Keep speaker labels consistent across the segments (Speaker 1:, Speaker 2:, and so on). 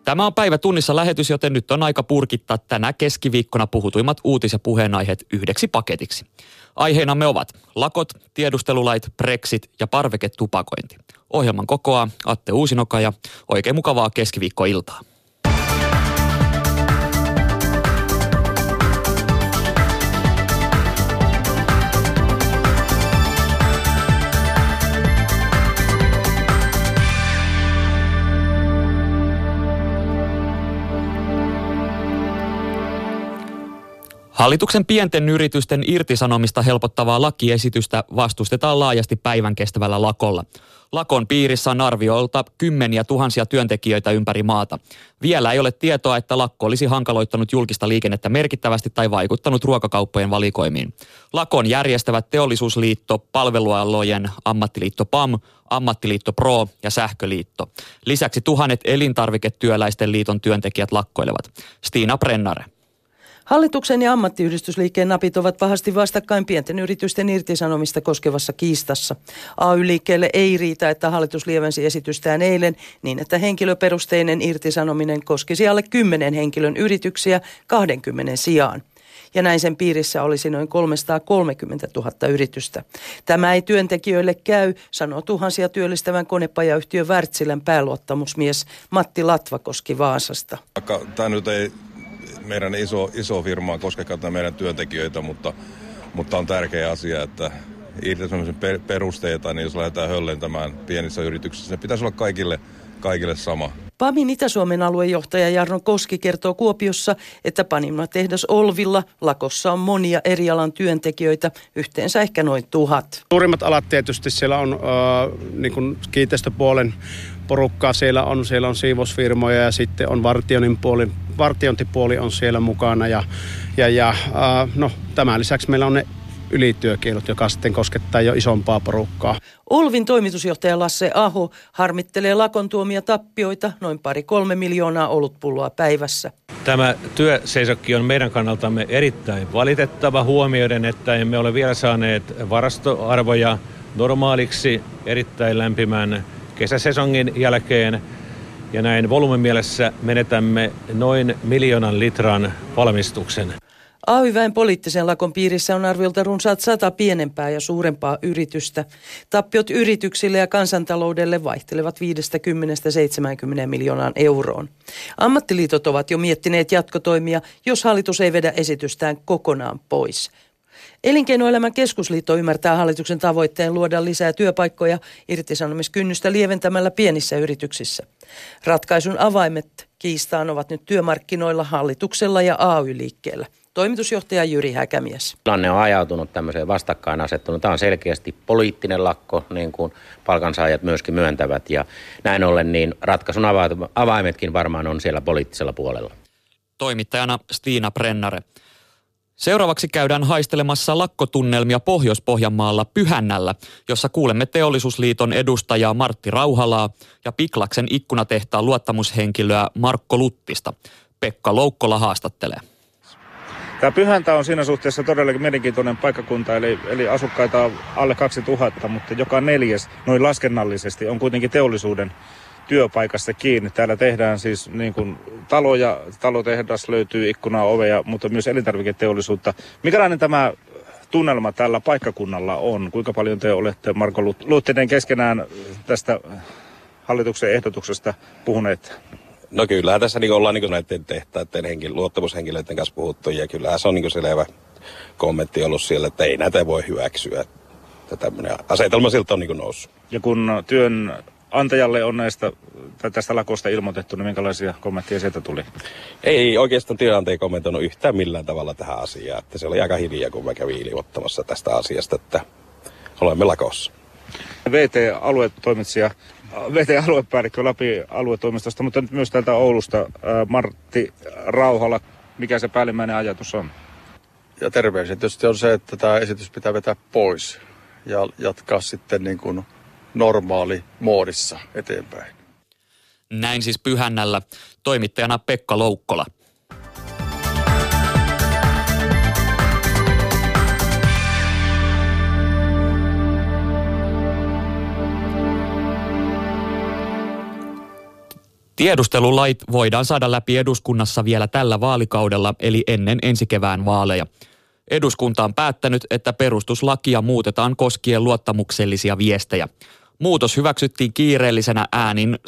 Speaker 1: Tämä on Päivä tunnissa lähetys, joten nyt on aika purkittaa tänä keskiviikkona puhutuimmat uutis- ja puheenaiheet yhdeksi paketiksi. Aiheinamme ovat lakot, tiedustelulait, Brexit ja parveketupakointi. Ohjelman kokoaa Atte Uusinoka ja oikein mukavaa keskiviikkoiltaa. Hallituksen pienten yritysten irtisanomista helpottavaa lakiesitystä vastustetaan laajasti päivän kestävällä lakolla. Lakon piirissä on arviolta kymmeniä tuhansia työntekijöitä ympäri maata. Vielä ei ole tietoa, että lakko olisi hankaloittanut julkista liikennettä merkittävästi tai vaikuttanut ruokakauppojen valikoimiin. Lakon järjestävät Teollisuusliitto, Palvelualojen ammattiliitto PAM, Ammattiliitto Pro ja Sähköliitto. Lisäksi tuhannet elintarviketyöläisten liiton työntekijät lakkoilevat. Stina Brennare.
Speaker 2: Hallituksen ja ammattiyhdistysliikkeen napit ovat pahasti vastakkain pienten yritysten irtisanomista koskevassa kiistassa. AY-liikkeelle ei riitä, että hallitus lievensi esitystään eilen niin, että henkilöperusteinen irtisanominen koskisi alle 10 henkilön yrityksiä 20 sijaan. Ja näin sen piirissä olisi noin 330 000 yritystä. Tämä ei työntekijöille käy, sanoo tuhansia työllistävän konepajayhtiön Wärtsilän pääluottamusmies Matti Latvakoski Vaasasta.
Speaker 3: Tämä nyt ei meidän iso firmaa koskekata meidän työntekijöitä, mutta on tärkeä asia, että irtisanomisen perusteita, niin jos lähdetään höllentämään pienissä yrityksissä, se pitäisi olla kaikille sama.
Speaker 2: PAMin Itä-Suomen aluejohtaja Jarno Koski kertoo Kuopiossa, että Panima-tehdas Olvilla lakossa on monia eri alan työntekijöitä, yhteensä ehkä noin 1000.
Speaker 4: Suurimmat alat tietysti siellä on niin kuin kiinteistöpuolen porukkaa, siellä on siivousfirmoja ja sitten on vartiointipuoli on siellä mukana ja tämän lisäksi meillä on ne ylityökielut, joka sitten koskettaa jo isompaa porukkaa.
Speaker 2: Olvin toimitusjohtaja Lasse Aho harmittelee lakon tuomia tappioita, noin 2-3 miljoonaa olutpulloa päivässä.
Speaker 5: Tämä työseisokki on meidän kannaltamme erittäin valitettava huomioiden, että emme ole vielä saaneet varastoarvoja normaaliksi erittäin lämpimän kesäsesongin jälkeen. Ja näin volyymimielessä menetämme noin 1 miljoonan litran valmistuksen.
Speaker 2: AY-väen poliittisen lakon piirissä on arviolta runsaat 100 pienempää ja suurempaa yritystä. Tappiot yrityksille ja kansantaloudelle vaihtelevat 50–70 miljoonaan euroon. Ammattiliitot ovat jo miettineet jatkotoimia, jos hallitus ei vedä esitystään kokonaan pois. Elinkeinoelämän keskusliitto ymmärtää hallituksen tavoitteen luoda lisää työpaikkoja irtisanomiskynnystä lieventämällä pienissä yrityksissä. Ratkaisun avaimet kiistaan ovat nyt työmarkkinoilla, hallituksella ja AY-liikkeellä. Toimitusjohtaja Jyri Häkämies.
Speaker 6: Tilanne on ajautunut tämmöiseen vastakkainasetteluun. Tämä on selkeästi poliittinen lakko, niin kuin palkansaajat myöskin myöntävät. Ja näin ollen niin ratkaisun avaimetkin varmaan on siellä poliittisella puolella.
Speaker 1: Toimittajana Stina Brennare. Seuraavaksi käydään haistelemassa lakkotunnelmia Pohjois-Pohjanmaalla Pyhännällä, jossa kuulemme Teollisuusliiton edustajaa Martti Rauhalaa ja Piklaksen ikkunatehtaan luottamushenkilöä Markko Luttista. Pekka Loukkola haastattelee.
Speaker 7: Tämä Pyhäntä on siinä suhteessa todellakin mielenkiintoinen paikkakunta, eli asukkaita on alle 2000, mutta joka 4. noin laskennallisesti on kuitenkin teollisuuden työpaikassa kiinni. Täällä tehdään siis niin kuin taloja, talotehdas löytyy, ikkunaa, oveja, mutta myös elintarviketeollisuutta. Minkälainen tämä tunnelma tällä paikkakunnalla on? Kuinka paljon te olette, Marko Luttinen, keskenään tästä hallituksen ehdotuksesta puhuneet?
Speaker 3: No kyllä, tässä niin ollaan niin näiden tehtaiden luottamushenkilöiden kanssa puhuttu ja kyllä se on niin selvä kommentti ollut siellä, että ei näitä voi hyväksyä. Tämmöinen asetelma siltä on niin noussut.
Speaker 7: Ja kun työnantajalle on tästä lakosta ilmoitettu, niin minkälaisia kommentteja sieltä tuli?
Speaker 3: Ei oikeastaan työnantaja kommentoinut yhtään millään tavalla tähän asiaan. Että se oli aika hiljaa, kun mä kävin ilmoittamassa tästä asiasta, että olemme lakossa. VT-aluepäällikkö Lapin aluetoimistosta, mutta nyt myös täältä Oulusta Martti Rauhala. Mikä se päällimmäinen ajatus on?
Speaker 8: Ja terveisiä tietysti on se, että tämä esitys pitää vetää pois ja jatkaa sitten niin kuin normaali moodissa eteenpäin.
Speaker 1: Näin siis Pyhännällä. Toimittajana Pekka Loukkola. Tiedustelulait voidaan saada läpi eduskunnassa vielä tällä vaalikaudella, eli ennen ensi kevään vaaleja. Eduskunta on päättänyt, että perustuslakia muutetaan koskien luottamuksellisia viestejä. Muutos hyväksyttiin kiireellisenä äänin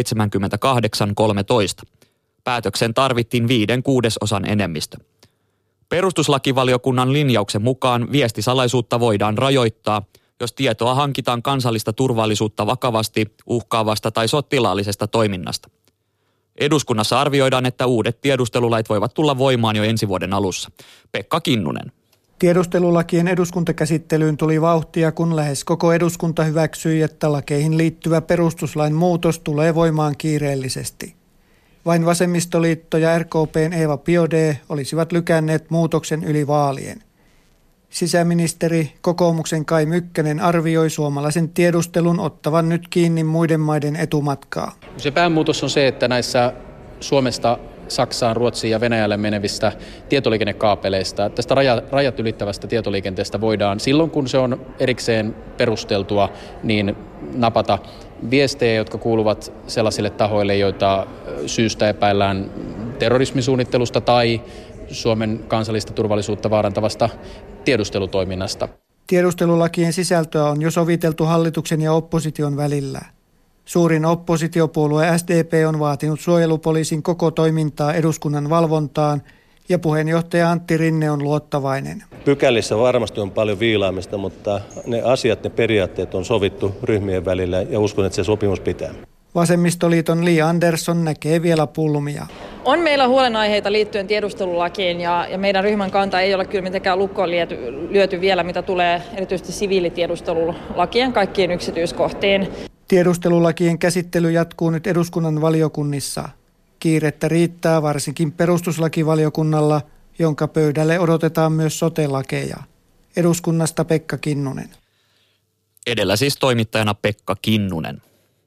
Speaker 1: 178-13. Päätöksen tarvittiin 5/6 enemmistö. Perustuslakivaliokunnan linjauksen mukaan viestisalaisuutta voidaan rajoittaa, jos tietoa hankitaan kansallista turvallisuutta vakavasti uhkaavasta tai sotilaallisesta toiminnasta. Eduskunnassa arvioidaan, että uudet tiedustelulait voivat tulla voimaan jo ensi vuoden alussa. Pekka Kinnunen.
Speaker 9: Tiedustelulakien eduskuntakäsittelyyn tuli vauhtia, kun lähes koko eduskunta hyväksyi, että lakeihin liittyvä perustuslain muutos tulee voimaan kiireellisesti. Vain Vasemmistoliitto ja RKP:n Eva Biaudet olisivat lykänneet muutoksen yli vaalien. Sisäministeri kokoomuksen Kai Mykkänen arvioi suomalaisen tiedustelun ottavan nyt kiinni muiden maiden etumatkaa.
Speaker 10: Se päämuutos on se, että näissä Suomesta Saksaan, Ruotsiin ja Venäjälle menevistä tietoliikennekaapeleista, tästä rajat ylittävästä tietoliikenteestä voidaan silloin, kun se on erikseen perusteltua, niin napata viestejä, jotka kuuluvat sellaisille tahoille, joita syystä epäillään terrorismisuunnittelusta tai Suomen kansallista turvallisuutta vaarantavasta tiedustelutoiminnasta.
Speaker 9: Tiedustelulakien sisältöä on jo soviteltu hallituksen ja opposition välillä. Suurin oppositiopuolue SDP on vaatinut suojelupoliisin koko toimintaa eduskunnan valvontaan ja puheenjohtaja Antti Rinne on luottavainen.
Speaker 11: Pykälissä varmasti on paljon viilaamista, mutta ne asiat, ne periaatteet on sovittu ryhmien välillä ja uskon, että se sopimus pitää. Vasemmistoliiton
Speaker 9: Li Andersson näkee vielä pulmia.
Speaker 12: On meillä huolenaiheita liittyen tiedustelulakiin ja meidän ryhmän kanta ei ole kyllä mitenkään lukkoon lyöty vielä, mitä tulee erityisesti siviilitiedustelulakien kaikkiin yksityiskohtiin.
Speaker 9: Tiedustelulakien käsittely jatkuu nyt eduskunnan valiokunnissa. Kiirettä riittää varsinkin perustuslakivaliokunnalla, jonka pöydälle odotetaan myös sote-lakeja. Eduskunnasta Pekka Kinnunen.
Speaker 1: Edellä siis toimittajana Pekka Kinnunen.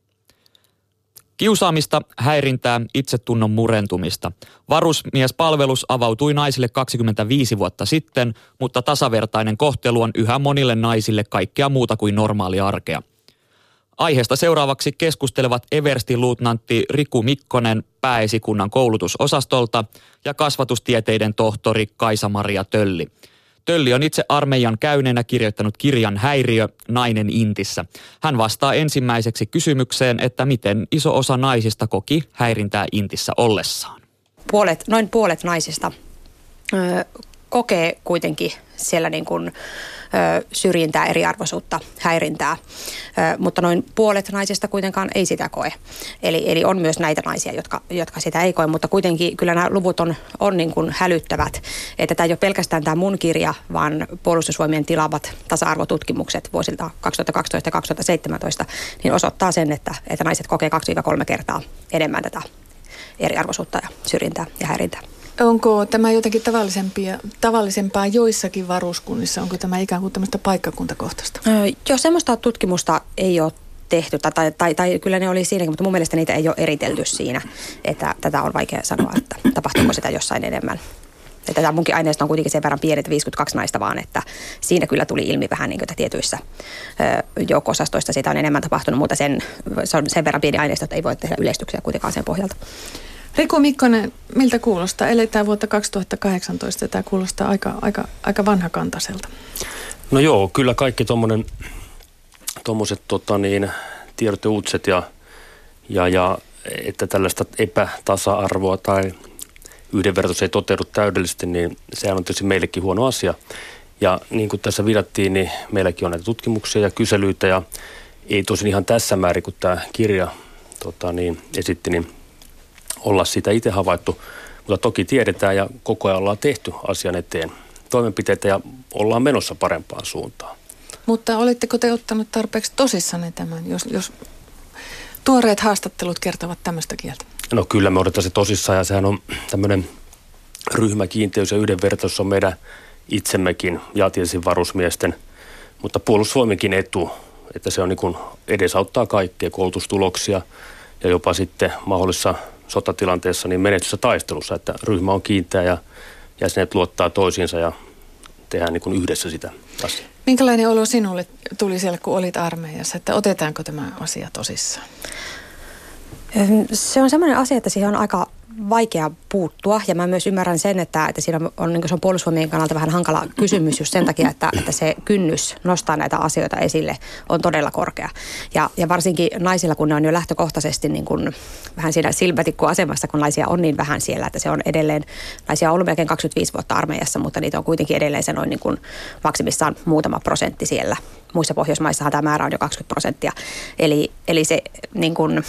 Speaker 1: Kiusaamista, häirintää, itsetunnon murentumista. Varusmiespalvelus avautui naisille 25 vuotta sitten, mutta tasavertainen kohtelu on yhä monille naisille kaikkea muuta kuin normaalia arkea. Aiheesta seuraavaksi keskustelevat everstiluutnantti Riku Mikkonen pääesikunnan koulutusosastolta ja kasvatustieteiden tohtori Kaisa-Maria Tölli. Tölli on itse armeijan käyneenä kirjoittanut kirjan Häiriö, nainen intissä. Hän vastaa ensimmäiseksi kysymykseen, että miten iso osa naisista koki häirintää intissä ollessaan.
Speaker 13: Noin puolet naisista kokee kuitenkin siellä niin kuin syrjintää, eriarvoisuutta, häirintää, mutta noin puolet naisista kuitenkaan ei sitä koe. Eli on myös näitä naisia, jotka sitä ei koe, mutta kuitenkin kyllä nämä luvut on niin kuin hälyttävät, että tämä ei ole pelkästään tämä mun kirja, vaan Puolustusvoimien tilaavat tasa-arvotutkimukset vuosilta 2012 ja 2017, niin osoittaa sen, että naiset kokee 2-3 kertaa enemmän tätä eriarvoisuutta ja syrjintää ja häirintää.
Speaker 14: Onko tämä jotenkin tavallisempaa joissakin varuskunnissa? Onko tämä ikään kuin tämmöistä paikkakuntakohtaista?
Speaker 13: Joo, semmoista tutkimusta ei ole tehty, tai kyllä ne oli siinäkin, mutta mun mielestä niitä ei ole eritelty siinä, että tätä on vaikea sanoa, että tapahtuuko sitä jossain enemmän. Että tämä munkin aineisto on kuitenkin sen verran pieni, että 52 naista vaan, että siinä kyllä tuli ilmi vähän niin kuin, että tietyissä joukko-osastoissa sitä on enemmän tapahtunut, mutta se on sen verran pieni aineisto, että ei voi tehdä yleistyksiä kuitenkaan sen pohjalta.
Speaker 14: Riku Mikkonen, miltä kuulostaa? Eletään vuotta 2018 ja tämä kuulostaa aika vanhakantaiselta.
Speaker 15: No joo, kyllä kaikki tuommoiset tiedot ja uutiset ja että tällaista epätasa-arvoa tai yhdenvertaisuus ei toteudu täydellisesti, niin sehän on tietysti meillekin huono asia. Ja niin kuin tässä viitattiin, niin meilläkin on näitä tutkimuksia ja kyselyitä ja ei tosin ihan tässä määrin, kun tämä kirja esitti, niin olla sitä itse havaittu, mutta toki tiedetään ja koko ajan ollaan tehty asian eteen toimenpiteitä ja ollaan menossa parempaan suuntaan.
Speaker 14: Mutta oletteko te ottanut tarpeeksi tosissanne tämän, jos tuoreet haastattelut kertovat tämmöistä kieltä? No
Speaker 15: kyllä me otetaan se tosissaan ja sehän on tämmöinen ryhmäkiinteys ja yhdenvertaisuus on meidän itsemmekin ja tietysti varusmiesten, mutta Puolustusvoimienkin etu, että se on niin kuin edesauttaa kaikkea koulutustuloksia ja jopa sitten mahdollisessa sotatilanteessa niin menestyssä taistelussa, että ryhmä on kiinteä ja jäsenet luottaa toisiinsa ja tehdään niin kuin yhdessä sitä asiaa.
Speaker 14: Minkälainen olo sinulle tuli siellä, kun olit armeijassa, että otetaanko tämä asia tosissaan?
Speaker 13: Se on semmoinen asia, että siihen on aika vaikea puuttua, ja mä myös ymmärrän sen, että siinä on, niin se on Puolustusvoimien kannalta vähän hankala kysymys just sen takia, että se kynnys nostaa näitä asioita esille on todella korkea. Ja varsinkin naisilla, kun ne on jo lähtökohtaisesti niin kuin vähän siinä silmätikkuasemassa, kun naisia on niin vähän siellä, että se on edelleen, naisia on ollut melkein 25 vuotta armeijassa, mutta niitä on kuitenkin edelleen se noin niin kuin maksimissaan muutama prosentti siellä. Muissa Pohjoismaissahan tämä määrä on jo 20%. Eli se niin kuin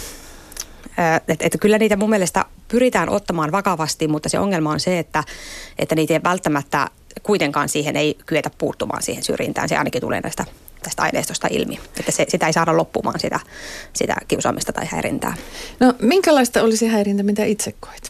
Speaker 13: että kyllä niitä mun mielestä pyritään ottamaan vakavasti, mutta se ongelma on se, että niitä ei välttämättä kuitenkaan siihen ei kyetä puuttumaan siihen syrjintään. Se ainakin tulee tästä aineistosta ilmi, että sitä ei saada loppumaan sitä kiusaamista tai häirintää.
Speaker 14: No minkälaista oli se häirintä, mitä itse koit?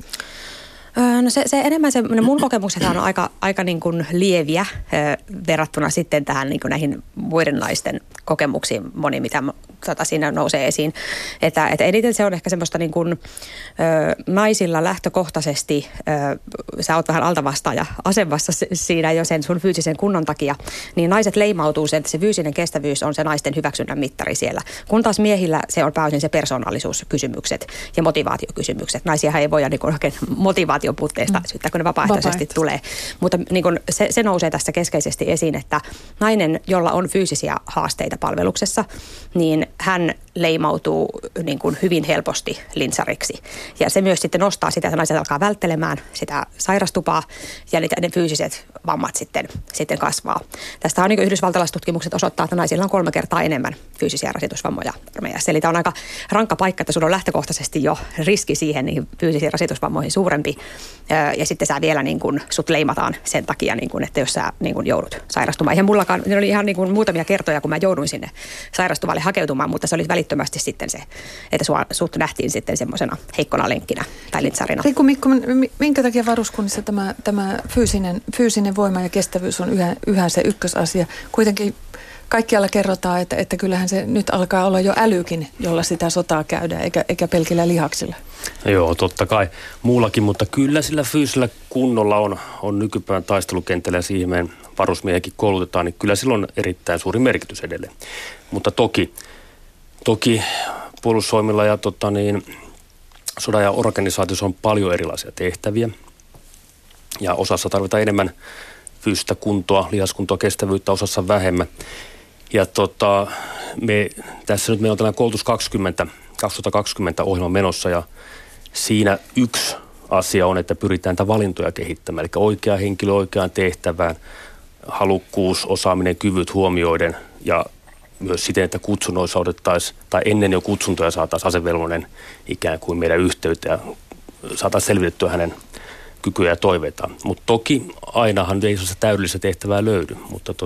Speaker 13: No se enemmän mun kokemukset on aika niin kuin lieviä verrattuna sitten tähän niin kuin näihin muiden naisten kokemuksiin, moni mitä siinä nousee esiin. Että eniten se on ehkä semmoista niin kuin naisilla lähtökohtaisesti, sä oot vähän altavastaaja asemassa siinä jo sen sun fyysisen kunnon takia, niin naiset leimautuu sen, että se fyysinen kestävyys on se naisten hyväksynnän mittari siellä. Kun taas miehillä se on pääosin se persoonallisuuskysymykset ja motivaatiokysymykset. Naisiahan ei voida niin kuin oikein motivaation puutteesta syyttää, kun ne vapaaehtoisesti tulee. Mutta niin kuin se nousee tässä keskeisesti esiin, että nainen, jolla on fyysisiä haasteita palveluksessa, niin hän leimautuu niin kuin hyvin helposti lintsariksi. Ja se myös sitten nostaa sitä, että naiset alkaa välttelemään sitä sairastupaa ja ne fyysiset vammat sitten kasvaa. Tästä on niin kuin yhdysvaltalaistutkimukset osoittaa, että naisilla on 3 kertaa enemmän fyysisiä rasitusvammoja armeijassa. Eli tämä on aika rankka paikka, että sun on lähtökohtaisesti jo riski siihen niin fyysisiin rasitusvammoihin suurempi. Ja sitten sä vielä niin kuin, sut leimataan sen takia, niin kuin, että jos sä niin kuin, joudut sairastumaan. Eihän mullakaan, ne oli ihan niin kuin, muutamia kertoja, kun mä jouduin sinne sairastuvalle hakeutumaan, mutta se oli välittömästi sitten se, että sut nähtiin sitten semmoisena heikkona lenkkinä tai lintsarina.
Speaker 14: Riikku Mikko, minkä takia varuskunnissa tämä fyysinen voima ja kestävyys on yhä se ykkösasia? Kuitenkin kaikkialla kerrotaan, että kyllähän se nyt alkaa olla jo älykin, jolla sitä sotaa käydään, eikä pelkillä lihaksilla.
Speaker 15: Joo, totta kai muullakin, mutta kyllä sillä fyysisellä kunnolla on nykypäivän taistelukentällä ja siihen meidän varusmiehenkin koulutetaan, niin kyllä sillä on erittäin suuri merkitys edelleen. Mutta toki puolustusvoimilla ja sodan ja organisaatiossa on paljon erilaisia tehtäviä ja osassa tarvitaan enemmän fyysistä kuntoa, lihaskuntoa, kestävyyttä, osassa vähemmän. Ja meillä on tällainen koulutus 2020 ohjelma menossa ja siinä yksi asia on, että pyritään näitä valintoja kehittämään. Eli oikea henkilö oikeaan tehtävään, halukkuus, osaaminen, kyvyt huomioiden ja myös siten, että kutsunnoissa otettaisiin, tai ennen jo kutsuntoja saataisiin asevelvollinen ikään kuin meidän yhteyttä ja saataisiin selvitettyä hänen kykyjä ja toiveita. Mutta toki ainahan ei se täydellistä tehtävää löydy,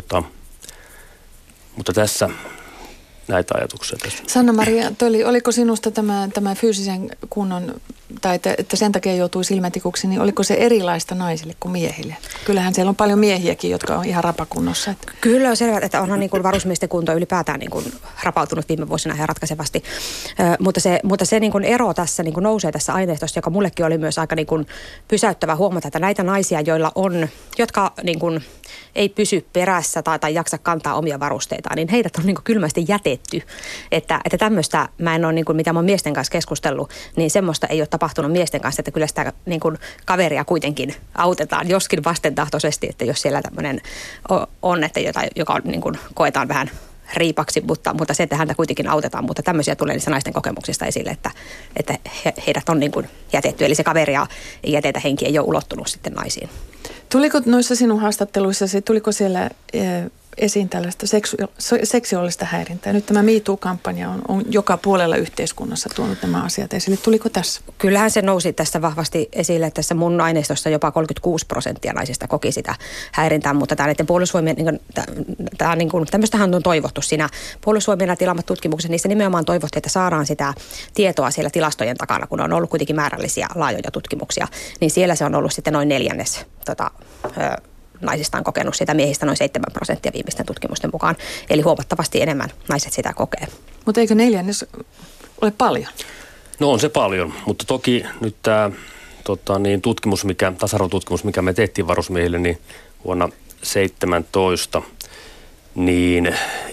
Speaker 15: mutta tässä näitä ajatuksia tästä.
Speaker 14: Sanna-Maria Tölli, oliko sinusta tämä fyysisen kunnon, tai että sen takia joutui silmätikuksi, niin oliko se erilaista naisille kuin miehille? Kyllähän siellä on paljon miehiäkin, jotka on ihan rapakunnossa.
Speaker 13: Kyllä on selvä, että onhan niin kuin varusmiesten kunto ylipäätään niin kuin rapautunut viime vuosina ihan ratkaisevasti. Mutta se niin kuin ero tässä niin kuin nousee tässä aineistossa, joka mullekin oli myös aika niin kuin pysäyttävä huomata, että näitä naisia, jotka niin kuin ei pysy perässä tai jaksa kantaa omia varusteitaan, niin heidät on niin kuin kylmästi jätetty. Että tämmöistä mä en ole, niin kuin, mitä mä oon miesten kanssa keskustellut, niin semmoista ei ole tapahtunut miesten kanssa, että kyllä sitä niin kuin kaveria kuitenkin autetaan, joskin vastentahtoisesti, että jos siellä tämmöinen on, että joka on, niin kuin, koetaan vähän riipaksi, mutta se, että häntä kuitenkin autetaan, mutta tämmöisiä tulee niissä naisten kokemuksista esille, että heidät on niin kuin jätetty, eli se kaveria ei jätetä, henki ei ole ulottunut sitten naisiin.
Speaker 14: Tuliko noissa sinun haastatteluissasi, tuliko siellä esiin tällaista seksuaalista häirintää? Nyt tämä MeToo-kampanja on joka puolella yhteiskunnassa tuonut nämä asiat esille. Tuliko tässä? Kyllähän
Speaker 13: se nousi tässä vahvasti esille. Tässä mun aineistossa jopa 36% naisista koki sitä häirintää, mutta tämä näiden puolustusvoimien, tämmöistähän on toivottu siinä puolustusvoimien tilaamat tutkimukset. Niissä nimenomaan toivottiin, että saadaan sitä tietoa siellä tilastojen takana, kun on ollut kuitenkin määrällisiä laajoja tutkimuksia. Niin siellä se on ollut sitten noin 1/4 naisista on kokenut sitä, miehistä noin 7% viimeisten tutkimusten mukaan. Eli huomattavasti enemmän naiset sitä kokee.
Speaker 14: Mutta eikö 1/4 ole paljon?
Speaker 15: No on se paljon, mutta toki nyt tämä tasa-arvotutkimus, mikä me tehtiin varusmiehille, niin vuonna 2017, niin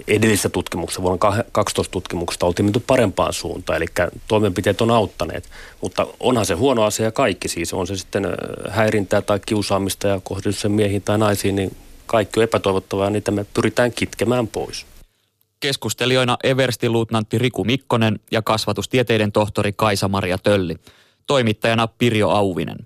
Speaker 15: edellisessä tutkimuksessa, vuonna 2012 tutkimuksesta oltiin menty parempaan suuntaan, eli toimenpiteet on auttaneet. Mutta onhan se huono asia kaikki, siis on se sitten häirintää tai kiusaamista ja kohdistus sen miehiin tai naisiin, niin kaikki on epätoivottavaa ja niitä me pyritään kitkemään pois.
Speaker 1: Keskustelijoina everstiluutnantti Riku Mikkonen ja kasvatustieteiden tohtori Kaisa-Maria Tölli. Toimittajana Pirjo Auvinen.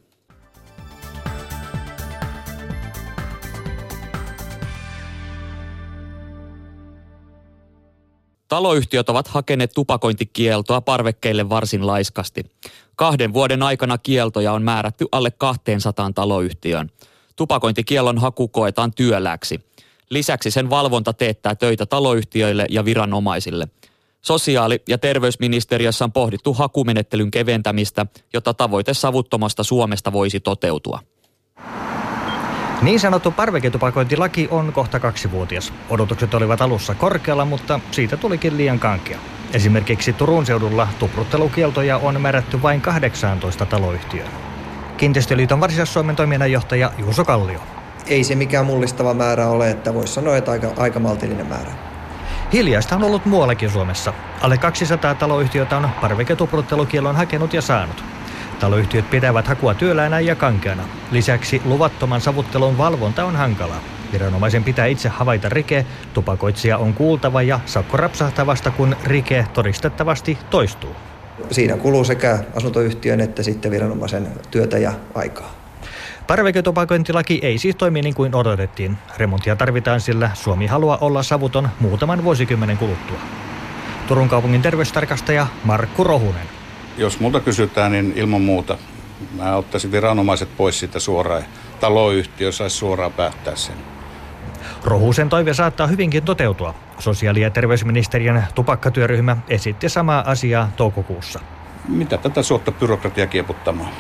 Speaker 1: Taloyhtiöt ovat hakeneet tupakointikieltoa parvekkeille varsin laiskasti. 2 vuoden aikana kieltoja on määrätty alle 200 taloyhtiöön. Tupakointikiellon haku koetaan työläksi. Lisäksi sen valvonta teettää töitä taloyhtiöille ja viranomaisille. Sosiaali- ja terveysministeriössä on pohdittu hakumenettelyn keventämistä, jotta tavoite savuttomasta Suomesta voisi toteutua.
Speaker 16: Niin sanottu parveketupakointilaki on kohta 2-vuotias. Odotukset olivat alussa korkealla, mutta siitä tulikin liian kankea. Esimerkiksi Turun seudulla tupruttelukieltoja on määrätty vain 18 taloyhtiöön. Kiinteistöliiton Varsinais-Suomen toiminnanjohtaja Juuso Kallio.
Speaker 17: Ei se mikään mullistava määrä ole, että voisi sanoa, että aika maltillinen määrä.
Speaker 16: Hiljaista on ollut muuallakin Suomessa. Alle 200 taloyhtiötä on parveketupruttelukiellon hakenut ja saanut. Taloyhtiöt pitävät hakua työläänä ja kankeana. Lisäksi luvattoman savuttelun valvonta on hankalaa. Viranomaisen pitää itse havaita rike, tupakoitsija on kuultava ja sakko rapsahtaa vasta, kun rike todistettavasti toistuu.
Speaker 17: Siinä kuluu sekä asuntoyhtiön että sitten viranomaisen työtä ja aikaa.
Speaker 16: Parveketupakointilaki ei siis toimi niin kuin odotettiin. Remonttia tarvitaan, sillä Suomi haluaa olla savuton muutaman vuosikymmenen kuluttua. Turun kaupungin terveystarkastaja Markku Rohunen.
Speaker 18: Jos multa kysytään, niin ilman muuta. Mä ottaisin viranomaiset pois siitä suoraan. Taloyhtiö saisi suoraan päättää sen.
Speaker 16: Rohusen toive saattaa hyvinkin toteutua. Sosiaali- ja terveysministeriön tupakkatyöryhmä esitti samaa asiaa toukokuussa.
Speaker 18: Mitä tätä suotta byrokratia kieputtamaan?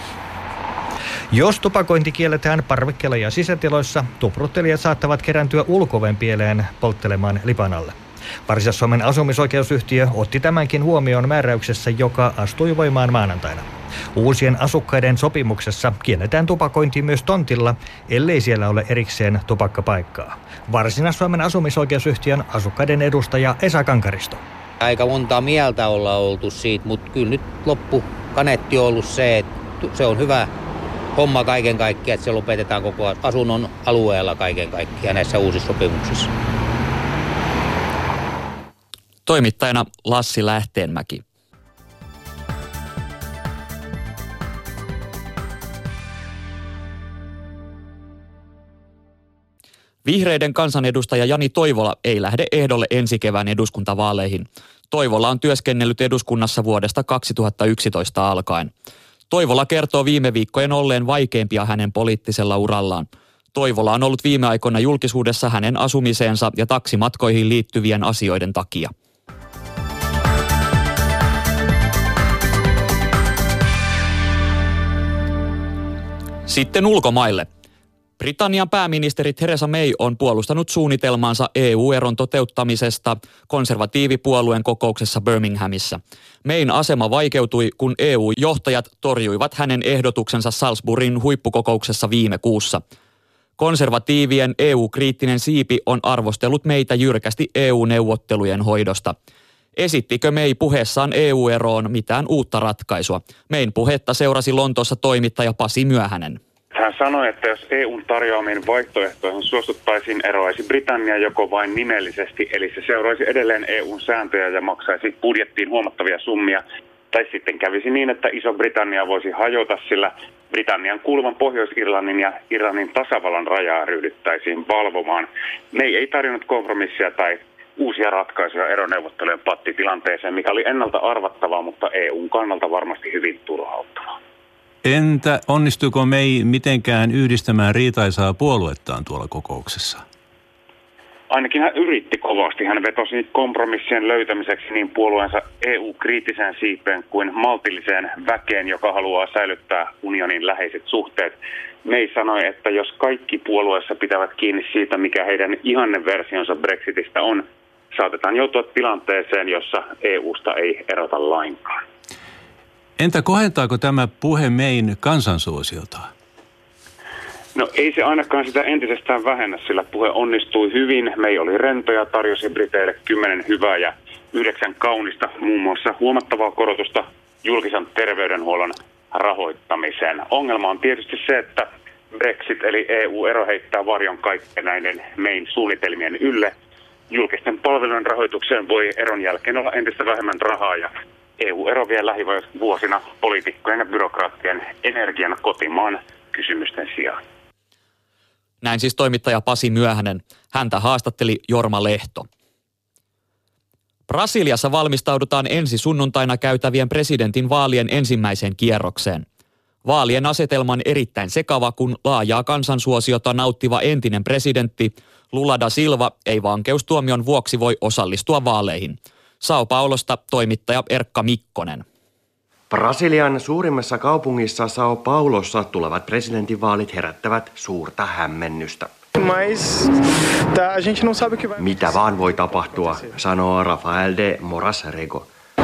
Speaker 16: Jos tupakointi kielletään parvekkeilla ja sisätiloissa, tupruttelijat saattavat kerääntyä ulko-oven pieleen polttelemaan lipan alle. Varsinais-Suomen asumisoikeusyhtiö otti tämänkin huomioon määräyksessä, joka astui voimaan maanantaina. Uusien asukkaiden sopimuksessa kielletään tupakointi myös tontilla, ellei siellä ole erikseen tupakkapaikkaa. Varsinais-Suomen asumisoikeusyhtiön asukkaiden edustaja Esa Kankaristo.
Speaker 19: Aika montaa mieltä ollaan oltu siitä, mutta kyllä nyt loppukaneetti on ollut se, että se on hyvä homma kaiken kaikkiaan, että se lopetetaan koko asunnon alueella kaiken kaikkiaan näissä uusissa sopimuksissa.
Speaker 1: Toimittajana Lassi Lähteenmäki. Vihreiden kansanedustaja Jani Toivola ei lähde ehdolle ensi kevään eduskuntavaaleihin. Toivola on työskennellyt eduskunnassa vuodesta 2011 alkaen. Toivola kertoo viime viikkojen olleen vaikeimpia hänen poliittisella urallaan. Toivola on ollut viime aikoina julkisuudessa hänen asumiseensa ja taksimatkoihin liittyvien asioiden takia. Sitten ulkomaille. Britannian pääministeri Theresa May on puolustanut suunnitelmaansa EU-eron toteuttamisesta konservatiivipuolueen kokouksessa Birminghamissa. Mayn asema vaikeutui, kun EU-johtajat torjuivat hänen ehdotuksensa Salzburgin huippukokouksessa viime kuussa. Konservatiivien EU-kriittinen siipi on arvostellut Maytä jyrkästi EU-neuvottelujen hoidosta. Esittikö May puheessaan EU-eroon mitään uutta ratkaisua? Mayn puhetta seurasi Lontoossa toimittaja Pasi Myöhänen.
Speaker 20: Hän sanoi, että jos EUn tarjoamiin vaihtoehtoihin suostuttaisiin, eroaisi Britannia joko vain nimellisesti, eli se seuraisi edelleen EUn sääntöjä ja maksaisi budjettiin huomattavia summia, tai sitten kävisi niin, että Iso-Britannia voisi hajota, sillä Britannian kuuluvan Pohjois-Irlannin ja Irlannin tasavallan rajaa ryhdyttäisiin valvomaan. May ei tarjonnut kompromissia tai uusia ratkaisuja eroneuvottelujen pattitilanteeseen, mikä oli ennalta arvattavaa, mutta EUn kannalta varmasti hyvin turhauttavaa.
Speaker 21: Entä onnistuiko May mitenkään yhdistämään riitaisaa puoluettaan tuolla kokouksessa?
Speaker 20: Ainakin hän yritti kovasti. Hän vetosi kompromissien löytämiseksi niin puolueensa EU-kriittiseen siipeen kuin maltilliseen väkeen, joka haluaa säilyttää unionin läheiset suhteet. May sanoi, että jos kaikki puolueessa pitävät kiinni siitä, mikä heidän ihanneversionsa Brexitistä on, saatetaan joutua tilanteeseen, jossa EUsta ei erota lainkaan.
Speaker 21: Entä kohentaako tämä puhe Mayn kansansuosiota?
Speaker 20: No ei se ainakaan sitä entisestään vähennä, sillä puhe onnistui hyvin. May oli rento ja tarjosi briteille 10 hyvää ja 9 kaunista, muun muassa huomattavaa korotusta julkisen terveydenhuollon rahoittamiseen. Ongelma on tietysti se, että Brexit eli EU-ero heittää varjon kaikkien näiden Mayn suunnitelmien ylle. Julkisten palvelujen rahoitukseen voi eron jälkeen olla entistä vähemmän rahaa ja EU-ero vie lähivuosina poliitikkojen ja byrokraattien energian kotimaan kysymysten sijaan.
Speaker 1: Näin siis toimittaja Pasi Myöhänen. Häntä haastatteli Jorma Lehto. Brasiliassa valmistaudutaan ensi sunnuntaina käytävien presidentin vaalien ensimmäiseen kierrokseen. Vaalien asetelma on erittäin sekava, kun laajaa kansansuosiota nauttiva entinen presidentti Lula da Silva ei vankeustuomion vuoksi voi osallistua vaaleihin. São Paulosta toimittaja Erkka Mikkonen.
Speaker 4: Brasilian suurimmassa kaupungissa São Paulossa tulevat presidentinvaalit herättävät suurta hämmennystä. Mitä vaan voi tapahtua, sanoo Rafael de Moras Rego.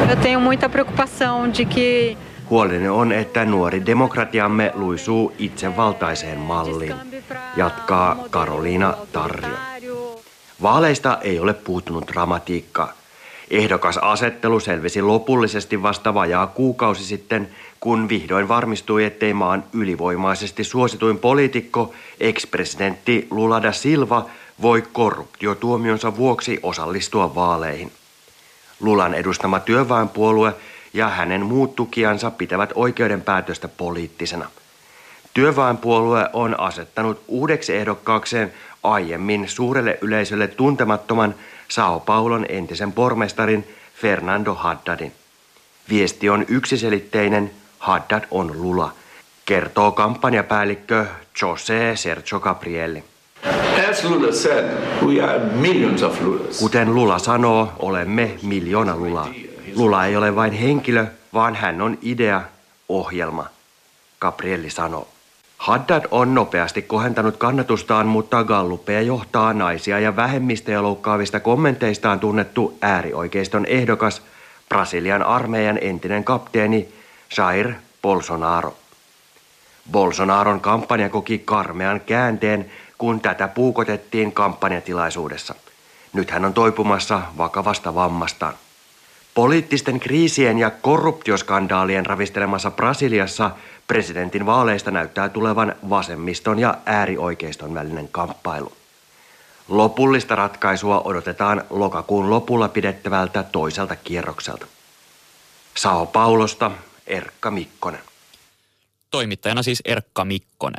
Speaker 4: Huoleni on, että nuori demokratiamme luisuu itsevaltaiseen malliin, jatkaa Carolina Tarrio. Vaaleista ei ole puuttunut dramatiikkaa. Ehdokasasettelu selvisi lopullisesti vasta vajaa kuukausi sitten, kun vihdoin varmistui, ettei maan ylivoimaisesti suosituin poliitikko, ex-presidentti Lula da Silva, voi korruptiotuomionsa vuoksi osallistua vaaleihin. Lulan edustama työväenpuolue ja hänen muut tukijansa pitävät oikeuden päätöstä poliittisena. Työväenpuolue on asettanut uudeksi ehdokkaakseen aiemmin suurelle yleisölle tuntemattoman São Paulon entisen pormestarin Fernando Haddadin. Viesti on yksiselitteinen, Haddad on Lula, kertoo kampanjapäällikkö José Sergio Gabrielli.
Speaker 22: As Lula said, we are millions of Lulas.
Speaker 4: Kuten Lula sanoo, olemme miljoona Lulaa. Lula ei ole vain henkilö, vaan hän on idea, ohjelma, Gabrielli sanoo. Haddad on nopeasti kohentanut kannatustaan, mutta gallupeja johtaa naisia ja vähemmistöjä loukkaavista kommenteistaan tunnettu äärioikeiston ehdokas, Brasilian armeijan entinen kapteeni Jair Bolsonaro. Bolsonaron kampanja koki karmean käänteen, kun tätä puukotettiin kampanjatilaisuudessa. Nyt hän on toipumassa vakavasta vammastaan. Poliittisten kriisien ja korruptioskandaalien ravistelemassa Brasiliassa presidentin vaaleista näyttää tulevan vasemmiston ja äärioikeiston välinen kamppailu. Lopullista ratkaisua odotetaan lokakuun lopulla pidettävältä toiselta kierrokselta. São Paulosta Erkka Mikkonen.
Speaker 1: Toimittajana siis Erkka Mikkonen.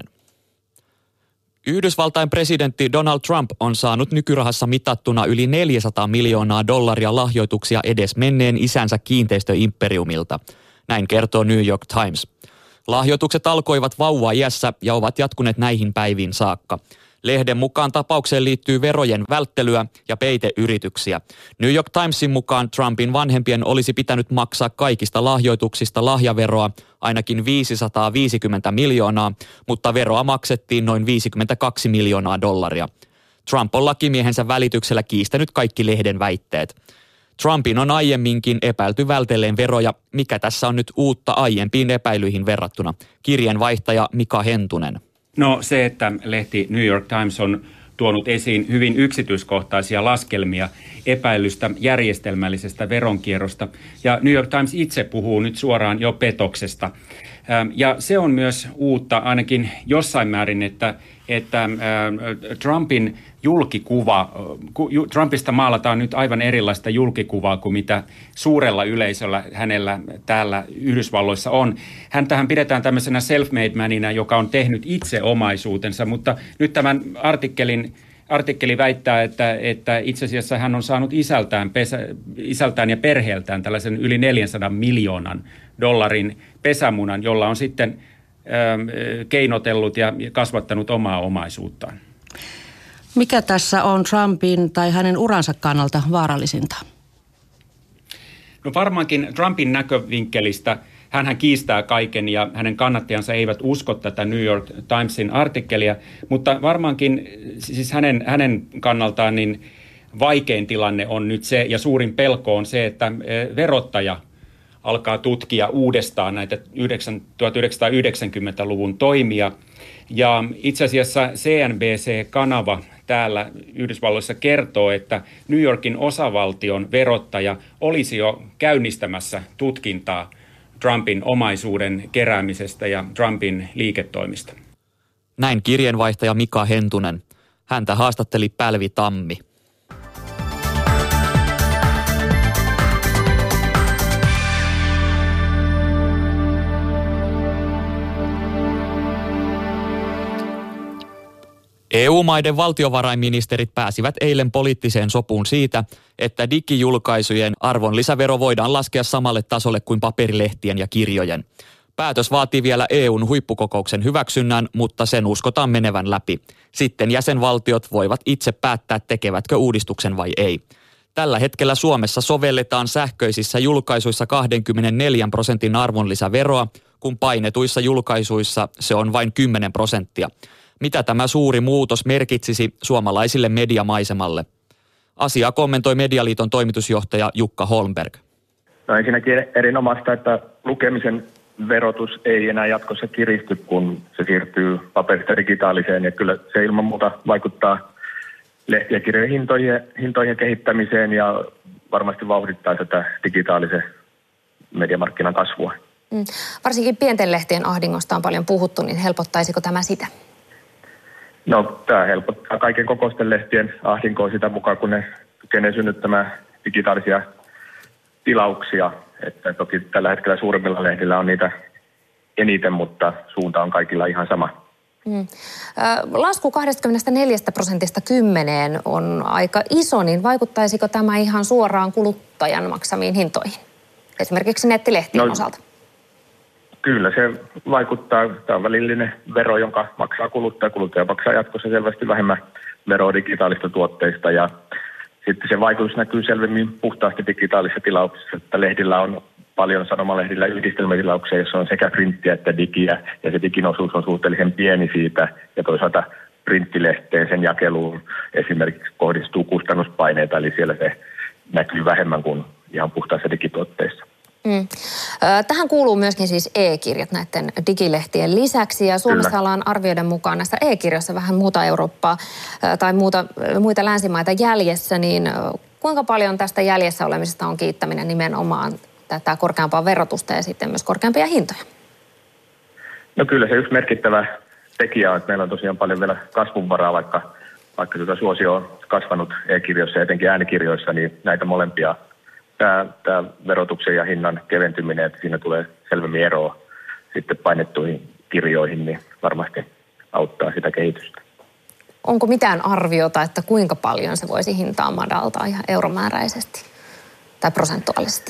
Speaker 1: Yhdysvaltain presidentti Donald Trump on saanut nykyrahassa mitattuna yli $400 miljoonaa lahjoituksia edesmenneen isänsä kiinteistöimperiumilta. Näin kertoo New York Times. Lahjoitukset alkoivat vauva-iässä ja ovat jatkuneet näihin päiviin saakka. Lehden mukaan tapaukseen liittyy verojen välttelyä ja peiteyrityksiä. New York Timesin mukaan Trumpin vanhempien olisi pitänyt maksaa kaikista lahjoituksista lahjaveroa ainakin $550 miljoonaa, mutta veroa maksettiin noin $52 miljoonaa. Trump on lakimiehensä välityksellä kiistänyt kaikki lehden väitteet. Trumpin on aiemminkin epäilty vältelleen veroja, mikä tässä on nyt uutta aiempiin epäilyihin verrattuna. Kirjeenvaihtaja Mika Hentunen.
Speaker 23: No se, että lehti New York Times on tuonut esiin hyvin yksityiskohtaisia laskelmia epäilystä järjestelmällisestä veronkierrosta. Ja New York Times itse puhuu nyt suoraan jo petoksesta. Ja se on myös uutta ainakin jossain määrin, että Trumpin julkikuva, Trumpista maalataan nyt aivan erilaista julkikuvaa kuin mitä suurella yleisöllä hänellä täällä Yhdysvalloissa on. Häntähän pidetään tämmöisenä self-made manina, joka on tehnyt itse omaisuutensa, mutta nyt tämän artikkeli väittää, että itse asiassa hän on saanut isältään ja perheeltään tällaisen yli $400 miljoonan pesämunan, jolla on sitten keinotellut ja kasvattanut omaa omaisuuttaan.
Speaker 24: Mikä tässä on Trumpin tai hänen uransa kannalta vaarallisinta?
Speaker 23: No varmaankin Trumpin näkövinkkelistä hänhän kiistää kaiken ja hänen kannattajansa eivät usko tätä New York Timesin artikkelia, mutta varmaankin siis hänen kannaltaan niin vaikein tilanne on nyt se ja suurin pelko on se, että verottaja alkaa tutkia uudestaan näitä 1990-luvun toimia. Ja itse asiassa CNBC-kanava täällä Yhdysvalloissa kertoo, että New Yorkin osavaltion verottaja olisi jo käynnistämässä tutkintaa Trumpin omaisuuden keräämisestä ja Trumpin liiketoimista.
Speaker 1: Näin kirjeenvaihtaja Mika Hentunen. Häntä haastatteli Pälvi Tammi. EU-maiden valtiovarainministerit pääsivät eilen poliittiseen sopuun siitä, että digijulkaisujen arvonlisävero voidaan laskea samalle tasolle kuin paperilehtien ja kirjojen. Päätös vaatii vielä EUn huippukokouksen hyväksynnän, mutta sen uskotaan menevän läpi. Sitten jäsenvaltiot voivat itse päättää, tekevätkö uudistuksen vai ei. Tällä hetkellä Suomessa sovelletaan sähköisissä julkaisuissa 24% arvonlisäveroa, kun painetuissa julkaisuissa se on vain 10%. Mitä tämä suuri muutos merkitsisi suomalaisille mediamaisemalle? Asiaa kommentoi Medialiiton toimitusjohtaja Jukka Holmberg.
Speaker 2: No ensinnäkin erinomaista, että lukemisen verotus ei enää jatkossa kiristy, kun se siirtyy paperista digitaaliseen. Ja kyllä se ilman muuta vaikuttaa lehti- ja kirjojen hintojen kehittämiseen ja varmasti vauhdittaa tätä digitaalisen mediamarkkinan kasvua.
Speaker 5: Varsinkin pienten lehtien ahdingosta on paljon puhuttu, niin helpottaisiko tämä sitä?
Speaker 2: No tämä helpottaa kaiken kokoisten lehtien ahdinkoa sitä mukaan, kun ne kykenee synnyttämään digitaalisia tilauksia. Että toki tällä hetkellä suurimmilla lehdillä on niitä eniten, mutta suunta on kaikilla ihan sama.
Speaker 5: Lasku 24% 10% on aika iso, niin vaikuttaisiko tämä ihan suoraan kuluttajan maksamiin hintoihin? Esimerkiksi nettilehtien osalta.
Speaker 2: Kyllä se vaikuttaa. Tämä on välillinen vero, jonka maksaa kuluttaja. Kuluttaja maksaa jatkossa selvästi vähemmän veroa digitaalista tuotteista ja sitten se vaikutus näkyy selvemmin puhtaasti digitaalisessa tilauksessa, että lehdillä on paljon sanomalehdillä yhdistelmätilauksia, jossa on sekä printtiä että digiä, ja se digin osuus on suhteellisen pieni siitä, ja toisaalta printtilehteen sen jakeluun esimerkiksi kohdistuu kustannuspaineita, eli siellä se näkyy vähemmän kuin ihan puhtaissa digituotteissa.
Speaker 5: Tähän kuuluu myöskin siis e-kirjat näiden digilehtien lisäksi ja Suomessa ollaan arvioiden mukaan näissä e-kirjoissa vähän muuta Eurooppaa tai muita länsimaita jäljessä, niin kuinka paljon tästä jäljessä olemisesta on kiittäminen nimenomaan tätä korkeampaa verotusta ja sitten myös korkeampia hintoja?
Speaker 2: No kyllä se yksi merkittävä tekijä on, että meillä on tosiaan paljon vielä kasvunvaraa, vaikka suosio on kasvanut e-kirjoissa ja etenkin äänikirjoissa, niin näitä molempia tämä verotuksen ja hinnan keventyminen, että siinä tulee selvemmin eroa sitten painettuihin kirjoihin, niin varmasti auttaa sitä kehitystä.
Speaker 5: Onko mitään arviota, että kuinka paljon se voisi hintaa madaltaa ihan euromääräisesti tai prosentuaalisesti?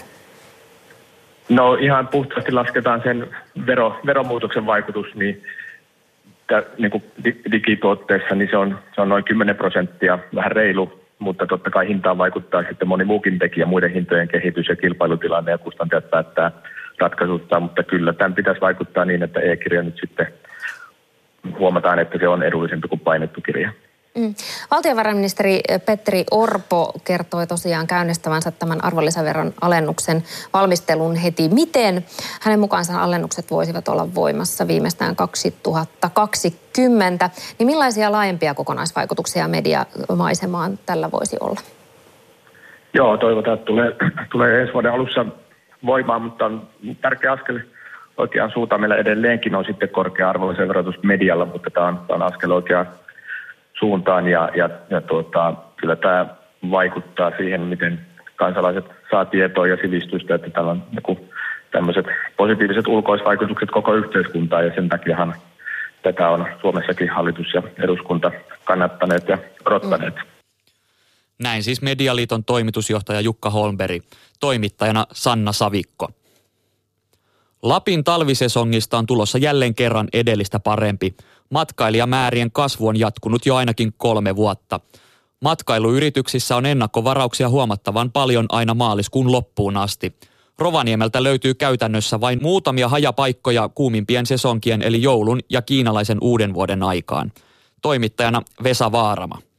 Speaker 2: No ihan puhtaasti lasketaan sen veromuutoksen vaikutus, niin kuin digituotteessa niin se on noin 10%, vähän reilu. Mutta totta kai hintaan vaikuttaa sitten moni muukin tekijä, muiden hintojen kehitys ja kilpailutilanne ja kustantajat päättää ratkaisuttaa, mutta kyllä tämän pitäisi vaikuttaa niin, että e-kirja nyt sitten huomataan, että se on edullisempi kuin painettu kirja.
Speaker 5: Valtiovarainministeri Petteri Orpo kertoi tosiaan käynnistävänsä tämän arvonlisäveron alennuksen valmistelun heti. Miten hänen mukaansa alennukset voisivat olla voimassa viimeistään 2020? Niin millaisia laajempia kokonaisvaikutuksia mediamaisemaan tällä voisi olla?
Speaker 2: Joo, toivotaan, että tulee ensi vuoden alussa voimaan, mutta on tärkeä askel oikeaan suuntaan. Meillä edelleenkin on sitten korkea arvonlisäverotus medialla, mutta tämä on askel oikeaan suuntaan ja kyllä tämä vaikuttaa siihen, miten kansalaiset saa tietoa ja sivistystä, että täällä on tämmöiset positiiviset ulkoisvaikutukset koko yhteiskuntaan ja sen takiahan tätä on Suomessakin hallitus ja eduskunta kannattaneet ja odottaneet.
Speaker 1: Näin siis Medialiiton toimitusjohtaja Jukka Holmberg, toimittajana Sanna Savikko. Lapin talvisesongista on tulossa jälleen kerran edellistä parempi. Matkailijamäärien kasvu on jatkunut jo ainakin 3 vuotta. Matkailuyrityksissä on ennakkovarauksia huomattavan paljon aina maaliskuun loppuun asti. Rovaniemeltä löytyy käytännössä vain muutamia hajapaikkoja kuumimpien sesonkien eli joulun ja kiinalaisen uuden vuoden aikaan. Toimittajana Vesa Vaarama.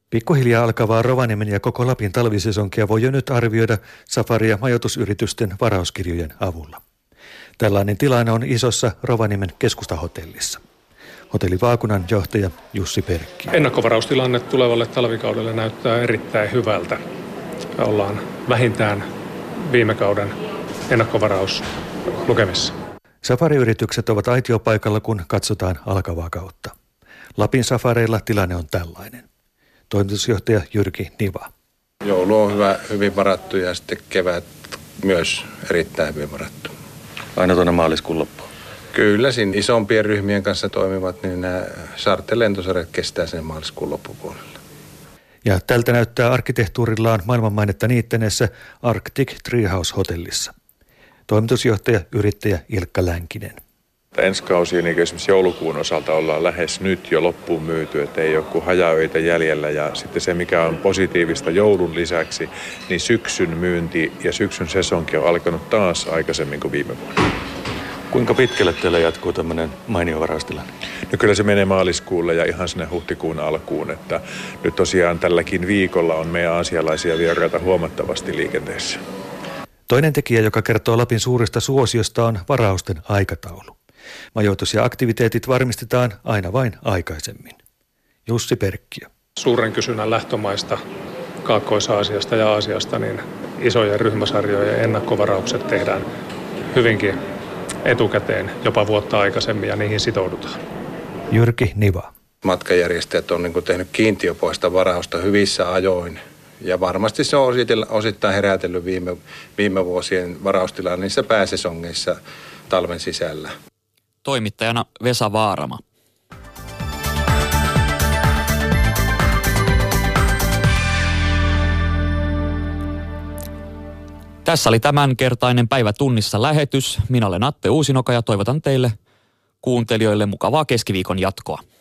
Speaker 3: Pikkuhiljaa alkavaa Rovaniemen ja koko Lapin talvisesonkia voi jo nyt arvioida safari- ja majoitusyritysten varauskirjojen avulla. Tällainen tilanne on isossa Rovaniemen keskustahotellissa. Hotellivaakunan johtaja Jussi Perkki.
Speaker 6: Ennakkovaraustilanne tulevalle talvikaudelle näyttää erittäin hyvältä. Ollaan vähintään viime kauden ennakkovarauslukemissa.
Speaker 3: Safariyritykset ovat aitiopaikalla, kun katsotaan alkavaa kautta. Lapin safareilla tilanne on tällainen. Toimitusjohtaja Jyrki Niva.
Speaker 7: Joulu on hyvin varattu ja sitten kevät myös erittäin hyvin varattu.
Speaker 3: Aina tuonne maaliskuun loppuun.
Speaker 7: Kyllä, siinä isompien ryhmien kanssa toimivat, niin nämä charterlentosarjat kestää sen maaliskuun loppupuolella.
Speaker 3: Ja tältä näyttää arkkitehtuurillaan maailmanmainetta niittäneessä Arctic Treehouse-hotellissa. Toimitusjohtaja, yrittäjä Ilkka Länkinen.
Speaker 8: Ensi kausi, niin esimerkiksi joulukuun osalta ollaan lähes nyt jo loppuun myyty, että ei ole kuin hajaöitä jäljellä. Ja sitten se, mikä on positiivista joulun lisäksi, niin syksyn myynti ja syksyn sesonki on alkanut taas aikaisemmin kuin viime vuonna.
Speaker 3: Kuinka pitkälle teillä jatkuu tämmöinen mainio varaustilanne?
Speaker 8: No kyllä se menee maaliskuulle ja ihan sinne huhtikuun alkuun, että nyt tosiaan tälläkin viikolla on meidän aasialaisia vieraita huomattavasti liikenteessä.
Speaker 3: Toinen tekijä, joka kertoo Lapin suuresta suosiosta, on varausten aikataulu. Majoitus ja aktiviteetit varmistetaan aina vain aikaisemmin. Jussi Perkkiö.
Speaker 6: Suuren kysynnän lähtömaista, Kaakkois-Aasiasta ja Aasiasta, niin isojen ryhmäsarjojen ennakkovaraukset tehdään hyvinkin etukäteen, jopa vuotta aikaisemmin, ja niihin sitoudutaan.
Speaker 3: Jyrki Niva.
Speaker 7: Matkajärjestäjät on tehnyt kiintiöpoista varausta hyvissä ajoin. Ja varmasti se on osittain herätellyt viime vuosien varaustilaan niissä pääsesongeissa talven sisällä.
Speaker 1: Toimittajana Vesa Vaarama. Tässä oli tämänkertainen Päivä tunnissa lähetys. Minä olen Atte Uusinoka ja toivotan teille kuuntelijoille mukavaa keskiviikon jatkoa.